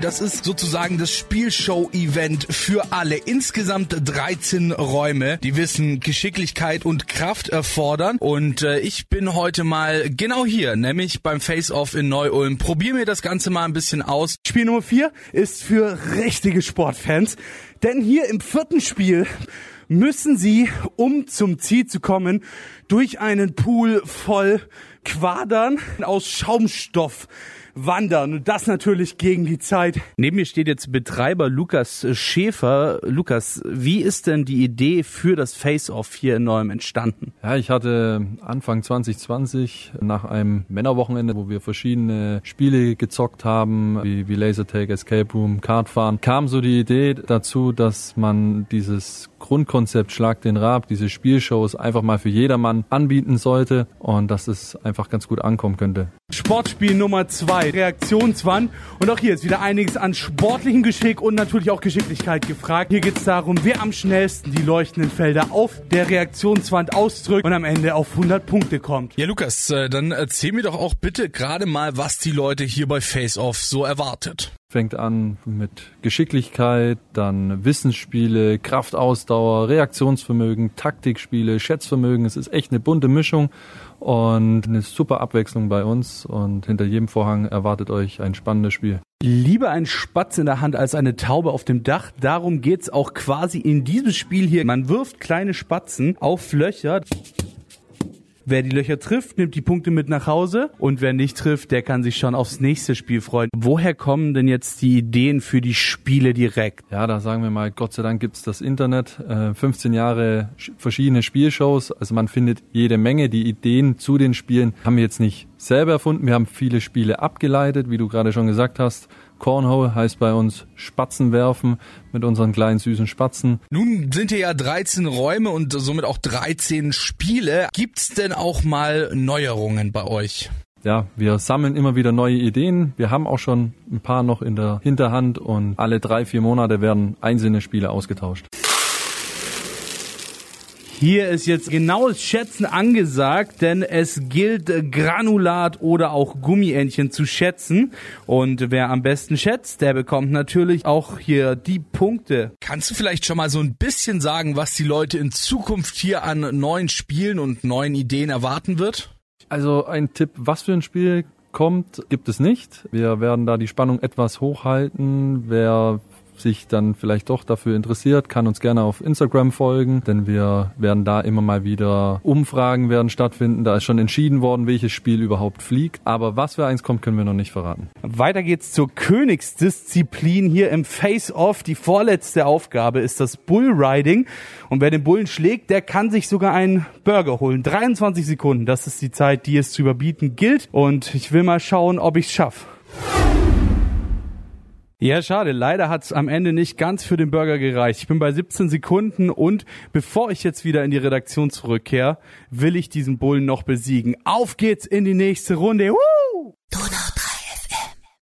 Das ist sozusagen das Spielshow-Event für alle. Insgesamt 13 Räume, die Wissen, Geschicklichkeit und Kraft erfordern. Und ich bin heute mal genau hier, nämlich beim Face-Off in Neu-Ulm. Probier mir das Ganze mal ein bisschen aus. Spiel Nummer 4 ist für richtige Sportfans, denn hier im 4. Spiel müssen Sie, um zum Ziel zu kommen, durch einen Pool voll Quadern aus Schaumstoff wandern und das natürlich gegen die Zeit. Neben mir steht jetzt Betreiber Lukas Schäfer. Lukas, wie ist denn die Idee für das Face-Off hier in Neu-Ulm entstanden? Ja, ich hatte Anfang 2020 nach einem Männerwochenende, wo wir verschiedene Spiele gezockt haben, wie Lasertag, Escape Room, Kartfahren, kam so die Idee dazu, dass man dieses Grundkonzept Schlag den Raab, diese Spielshows einfach mal für jedermann anbieten sollte und dass es einfach ganz gut ankommen könnte. Sportspiel Nummer 2, Reaktionswand. Und auch hier ist wieder einiges an sportlichem Geschick und natürlich auch Geschicklichkeit gefragt. Hier geht es darum, wer am schnellsten die leuchtenden Felder auf der Reaktionswand ausdrückt und am Ende auf 100 Punkte kommt. Ja, Lukas, dann erzähl mir doch auch bitte gerade mal, was die Leute hier bei Face-Off so erwartet. Fängt an mit Geschicklichkeit, dann Wissensspiele, Kraftausdauer, Reaktionsvermögen, Taktikspiele, Schätzvermögen. Es ist echt eine bunte Mischung und eine super Abwechslung bei uns. Und hinter jedem Vorhang erwartet euch ein spannendes Spiel. Lieber ein Spatz in der Hand als eine Taube auf dem Dach. Darum geht's auch quasi in diesem Spiel hier. Man wirft kleine Spatzen auf Löcher. Wer die Löcher trifft, nimmt die Punkte mit nach Hause und wer nicht trifft, der kann sich schon aufs nächste Spiel freuen. Woher kommen denn jetzt die Ideen für die Spiele direkt? Ja, da sagen wir mal, Gott sei Dank gibt's das Internet, 15 Jahre verschiedene Spielshows, also man findet jede Menge. Die Ideen zu den Spielen haben wir jetzt nicht selber erfunden, wir haben viele Spiele abgeleitet, wie du gerade schon gesagt hast. Cornhole heißt bei uns Spatzen werfen mit unseren kleinen süßen Spatzen. Nun sind hier ja 13 Räume und somit auch 13 Spiele. Gibt's denn auch mal Neuerungen bei euch? Ja, wir sammeln immer wieder neue Ideen. Wir haben auch schon ein paar noch in der Hinterhand und alle 3-4 Monate werden einzelne Spiele ausgetauscht. Hier ist jetzt genaues Schätzen angesagt, denn es gilt Granulat oder auch Gummientchen zu schätzen. Und wer am besten schätzt, der bekommt natürlich auch hier die Punkte. Kannst du vielleicht schon mal so ein bisschen sagen, was die Leute in Zukunft hier an neuen Spielen und neuen Ideen erwarten wird? Also ein Tipp, was für ein Spiel kommt, gibt es nicht. Wir werden da die Spannung etwas hochhalten. Wer sich dann vielleicht doch dafür interessiert, kann uns gerne auf Instagram folgen, denn wir werden da immer mal wieder Umfragen werden stattfinden. Da ist schon entschieden worden, welches Spiel überhaupt fliegt. Aber was für eins kommt, können wir noch nicht verraten. Weiter geht's zur Königsdisziplin hier im Face-Off. Die vorletzte Aufgabe ist das Bullriding. Und wer den Bullen schlägt, der kann sich sogar einen Burger holen. 23 Sekunden, das ist die Zeit, die es zu überbieten gilt. Und ich will mal schauen, ob ich's schaffe. Ja, schade. Leider hat's am Ende nicht ganz für den Burger gereicht. Ich bin bei 17 Sekunden und bevor ich jetzt wieder in die Redaktion zurückkehre, will ich diesen Bullen noch besiegen. Auf geht's in die nächste Runde. Woo!